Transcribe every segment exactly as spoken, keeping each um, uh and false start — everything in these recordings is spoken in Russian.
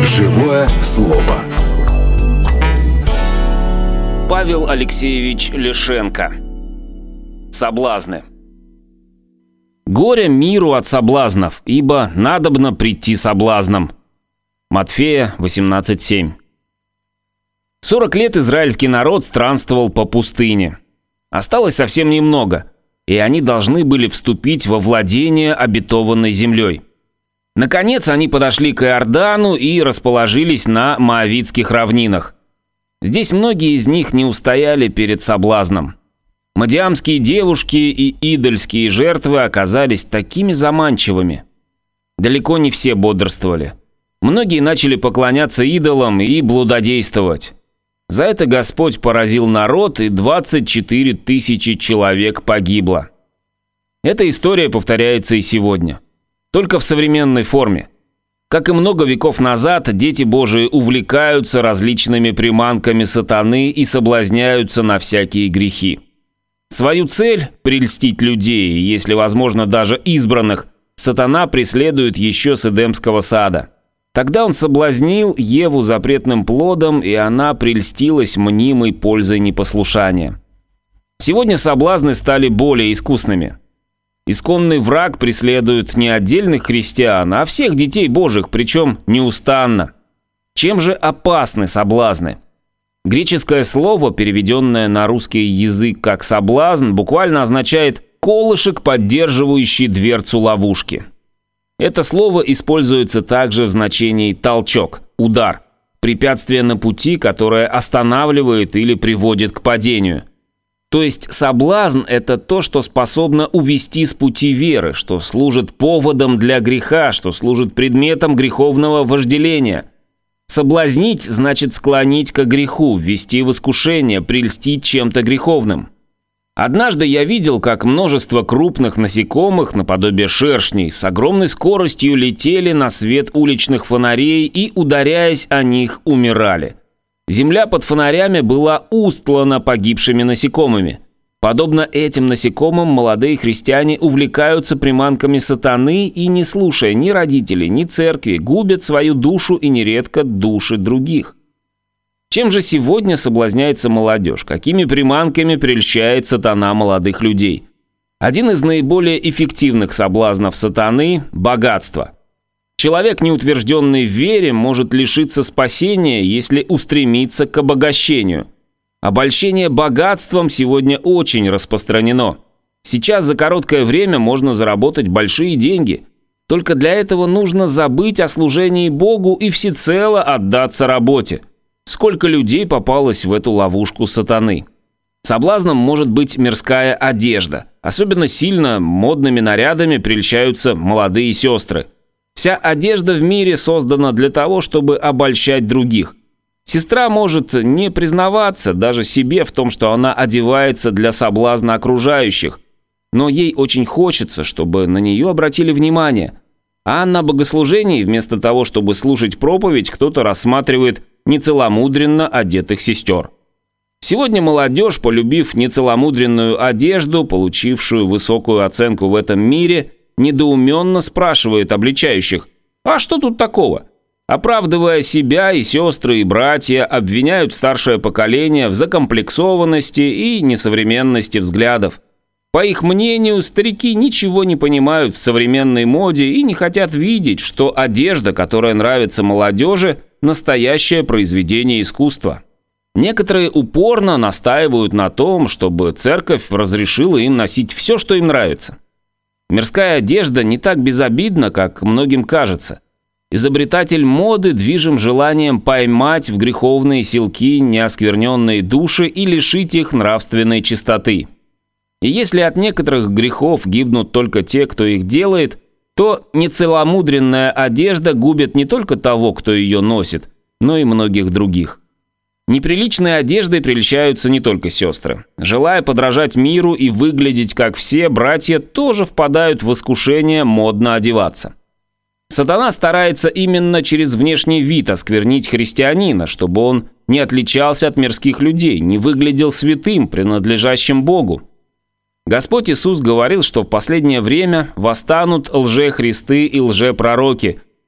Живое слово. Павел Алексеевич Лешенко. Соблазны. «Горе миру от соблазнов, ибо надобно прийти соблазном». Матфея восемнадцать семь. Сорок лет израильский народ странствовал по пустыне. Осталось совсем немного, и они должны были вступить во владение обетованной землей. Наконец они подошли к Иордану и расположились на Моавитских равнинах. Здесь многие из них не устояли перед соблазном. Мадиамские девушки и идольские жертвы оказались такими заманчивыми. Далеко не все бодрствовали. Многие начали поклоняться идолам и блудодействовать. За это Господь поразил народ, и двадцать четыре тысячи человек погибло. Эта история повторяется и сегодня. Только в современной форме. Как и много веков назад, дети Божии увлекаются различными приманками сатаны и соблазняются на всякие грехи. Свою цель – прельстить людей, если возможно даже избранных, сатана преследует еще с Эдемского сада. Тогда он соблазнил Еву запретным плодом, и она прельстилась мнимой пользой непослушания. Сегодня соблазны стали более искусными. Исконный враг преследует не отдельных христиан, а всех детей Божьих, причем неустанно. Чем же опасны соблазны? Греческое слово, переведенное на русский язык как «соблазн», буквально означает «колышек, поддерживающий дверцу ловушки». Это слово используется также в значении «толчок», «удар», препятствие на пути, которое останавливает или приводит к падению. То есть соблазн – это то, что способно увести с пути веры, что служит поводом для греха, что служит предметом греховного вожделения. Соблазнить – значит склонить ко греху, ввести в искушение, прельстить чем-то греховным. Однажды я видел, как множество крупных насекомых, наподобие шершней, с огромной скоростью летели на свет уличных фонарей и, ударяясь о них, умирали. Земля под фонарями была устлана погибшими насекомыми. Подобно этим насекомым, молодые христиане увлекаются приманками сатаны и, не слушая ни родителей, ни церкви, губят свою душу и нередко души других. Чем же сегодня соблазняется молодежь? Какими приманками прельщает сатана молодых людей? Один из наиболее эффективных соблазнов сатаны – богатство. Человек, неутвержденный в вере, может лишиться спасения, если устремиться к обогащению. Обольщение богатством сегодня очень распространено. Сейчас за короткое время можно заработать большие деньги. Только для этого нужно забыть о служении Богу и всецело отдаться работе. Сколько людей попалось в эту ловушку сатаны? Соблазном может быть мирская одежда. Особенно сильно модными нарядами прельщаются молодые сестры. Вся одежда в мире создана для того, чтобы обольщать других. Сестра может не признаваться даже себе в том, что она одевается для соблазна окружающих, но ей очень хочется, чтобы на нее обратили внимание. А на богослужении вместо того, чтобы слушать проповедь, кто-то рассматривает нецеломудренно одетых сестер. Сегодня молодежь, полюбив нецеломудренную одежду, получившую высокую оценку в этом мире, недоуменно спрашивает обличающих: «А что тут такого?» Оправдывая себя, и сестры, и братья обвиняют старшее поколение в закомплексованности и несовременности взглядов. По их мнению, старики ничего не понимают в современной моде и не хотят видеть, что одежда, которая нравится молодежи, настоящее произведение искусства. Некоторые упорно настаивают на том, чтобы церковь разрешила им носить все, что им нравится. Мирская одежда не так безобидна, как многим кажется. Изобретатель моды движим желанием поймать в греховные селки неоскверненные души и лишить их нравственной чистоты. И если от некоторых грехов гибнут только те, кто их делает, то нецеломудренная одежда губит не только того, кто ее носит, но и многих других. Неприличной одеждой прельщаются не только сестры. Желая подражать миру и выглядеть как все, братья тоже впадают в искушение модно одеваться. Сатана старается именно через внешний вид осквернить христианина, чтобы он не отличался от мирских людей, не выглядел святым, принадлежащим Богу. Господь Иисус говорил, что в последнее время восстанут лжехристы и лжепророки,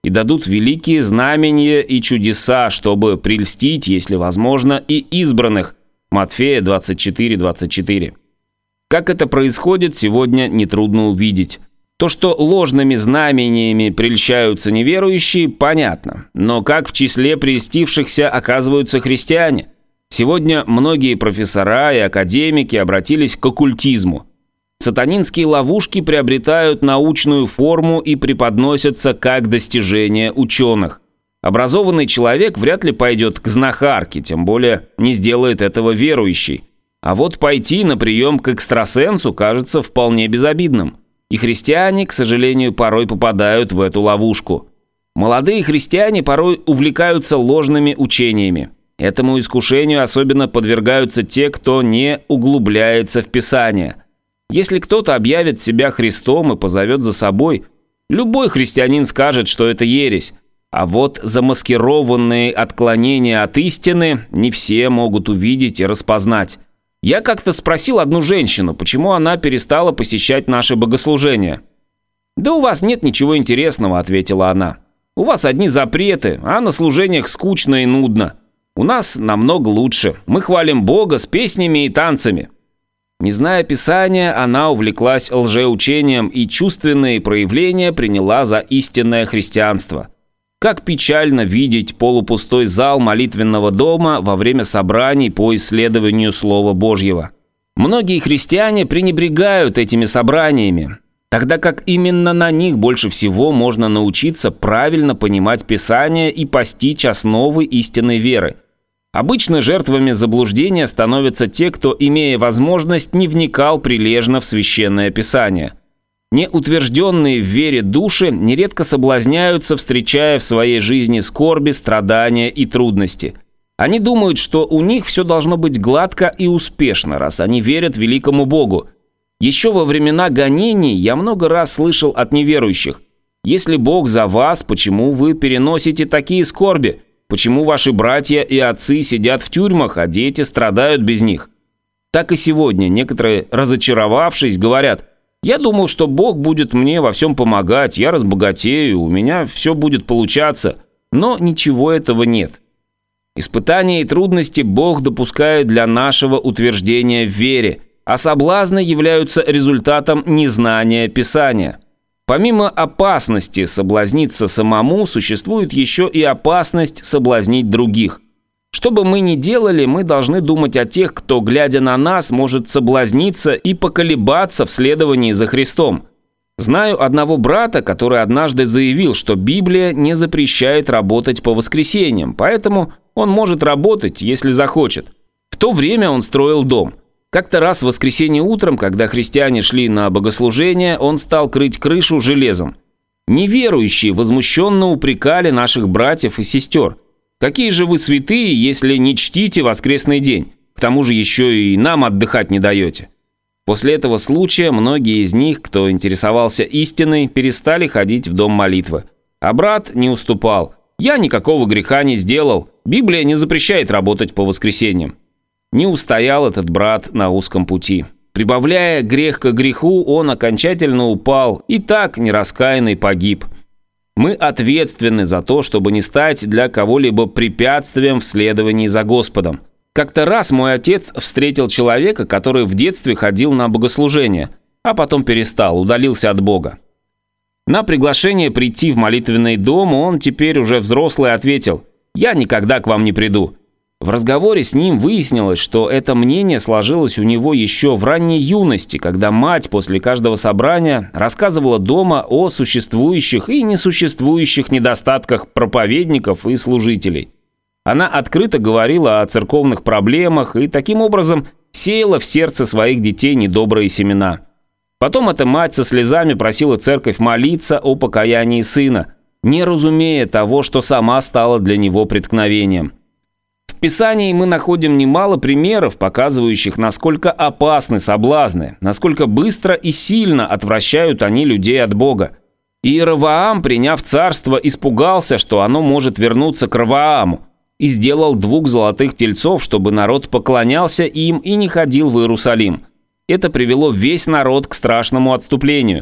и дадут великие знамения и чудеса, чтобы прельстить, если возможно, и избранных. Матфея двадцать четыре двадцать четыре. Как это происходит, сегодня нетрудно увидеть. То, что ложными знамениями прельщаются неверующие, понятно. Но как в числе прельстившихся оказываются христиане? Сегодня многие профессора и академики обратились к оккультизму. Сатанинские ловушки приобретают научную форму и преподносятся как достижение ученых. Образованный человек вряд ли пойдет к знахарке, тем более не сделает этого верующий. А вот пойти на прием к экстрасенсу кажется вполне безобидным. И христиане, к сожалению, порой попадают в эту ловушку. Молодые христиане порой увлекаются ложными учениями. Этому искушению особенно подвергаются те, кто не углубляется в Писание. Если кто-то объявит себя Христом и позовет за собой, любой христианин скажет, что это ересь. А вот замаскированные отклонения от истины не все могут увидеть и распознать. Я как-то спросил одну женщину, почему она перестала посещать наши богослужения. «Да у вас нет ничего интересного», — ответила она. «У вас одни запреты, а на служениях скучно и нудно. У нас намного лучше. Мы хвалим Бога с песнями и танцами». Не зная Писания, она увлеклась лжеучением и чувственные проявления приняла за истинное христианство. Как печально видеть полупустой зал молитвенного дома во время собраний по исследованию Слова Божьего. Многие христиане пренебрегают этими собраниями, тогда как именно на них больше всего можно научиться правильно понимать Писание и постичь основы истинной веры. Обычно жертвами заблуждения становятся те, кто, имея возможность, не вникал прилежно в Священное Писание. Неутвержденные в вере души нередко соблазняются, встречая в своей жизни скорби, страдания и трудности. Они думают, что у них все должно быть гладко и успешно, раз они верят великому Богу. Еще во времена гонений я много раз слышал от неверующих: «Если Бог за вас, почему вы переносите такие скорби? Почему ваши братья и отцы сидят в тюрьмах, а дети страдают без них?» Так и сегодня некоторые, разочаровавшись, говорят: «Я думал, что Бог будет мне во всем помогать, я разбогатею, у меня все будет получаться». Но ничего этого нет. Испытания и трудности Бог допускает для нашего утверждения в вере, а соблазны являются результатом незнания Писания. Помимо опасности соблазниться самому, существует еще и опасность соблазнить других. Что бы мы ни делали, мы должны думать о тех, кто, глядя на нас, может соблазниться и поколебаться в следовании за Христом. Знаю одного брата, который однажды заявил, что Библия не запрещает работать по воскресеньям, поэтому он может работать, если захочет. В то время он строил дом. Как-то раз в воскресенье утром, когда христиане шли на богослужение, он стал крыть крышу железом. Неверующие возмущенно упрекали наших братьев и сестер: «Какие же вы святые, если не чтите воскресный день? К тому же еще и нам отдыхать не даете». После этого случая многие из них, кто интересовался истиной, перестали ходить в дом молитвы. А брат не уступал: «Я никакого греха не сделал, Библия не запрещает работать по воскресеньям». Не устоял этот брат на узком пути. Прибавляя грех к греху, он окончательно упал и так нераскаянный погиб. Мы ответственны за то, чтобы не стать для кого-либо препятствием в следовании за Господом. Как-то раз мой отец встретил человека, который в детстве ходил на богослужение, а потом перестал, удалился от Бога. На приглашение прийти в молитвенный дом он теперь уже взрослый ответил: «Я никогда к вам не приду». В разговоре с ним выяснилось, что это мнение сложилось у него еще в ранней юности, когда мать после каждого собрания рассказывала дома о существующих и несуществующих недостатках проповедников и служителей. Она открыто говорила о церковных проблемах и таким образом сеяла в сердце своих детей недобрые семена. Потом эта мать со слезами просила церковь молиться о покаянии сына, не разумея того, что сама стала для него преткновением. В Писании мы находим немало примеров, показывающих, насколько опасны соблазны, насколько быстро и сильно отвращают они людей от Бога. Иеровоам, приняв царство, испугался, что оно может вернуться к Ровоаму, и сделал двух золотых тельцов, чтобы народ поклонялся им и не ходил в Иерусалим. Это привело весь народ к страшному отступлению.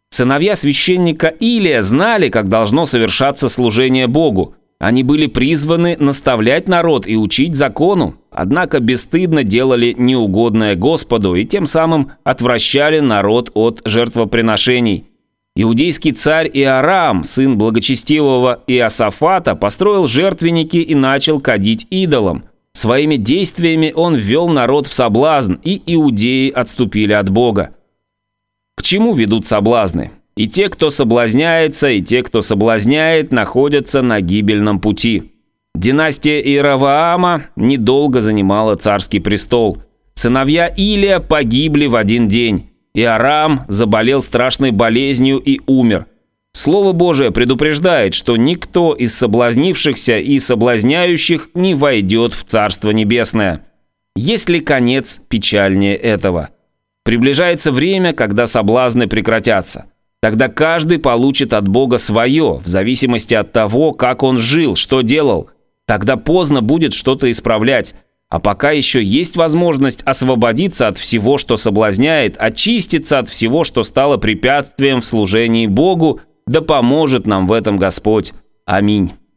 Сыновья священника Илия знали, как должно совершаться служение Богу. Они были призваны наставлять народ и учить закону, однако бесстыдно делали неугодное Господу и тем самым отвращали народ от жертвоприношений. Иудейский царь Иорам, сын благочестивого Иосафата, построил жертвенники и начал кадить идолам. Своими действиями он ввел народ в соблазн, и иудеи отступили от Бога. К чему ведут соблазны? И те, кто соблазняется, и те, кто соблазняет, находятся на гибельном пути. Династия Иеровоама недолго занимала царский престол. Сыновья Илия погибли в один день. Иорам заболел страшной болезнью и умер. Слово Божие предупреждает, что никто из соблазнившихся и соблазняющих не войдет в Царство Небесное. Есть ли конец печальнее этого? Приближается время, когда соблазны прекратятся. Тогда каждый получит от Бога свое, в зависимости от того, как он жил, что делал. Тогда поздно будет что-то исправлять. А пока еще есть возможность освободиться от всего, что соблазняет, очиститься от всего, что стало препятствием в служении Богу, да поможет нам в этом Господь. Аминь.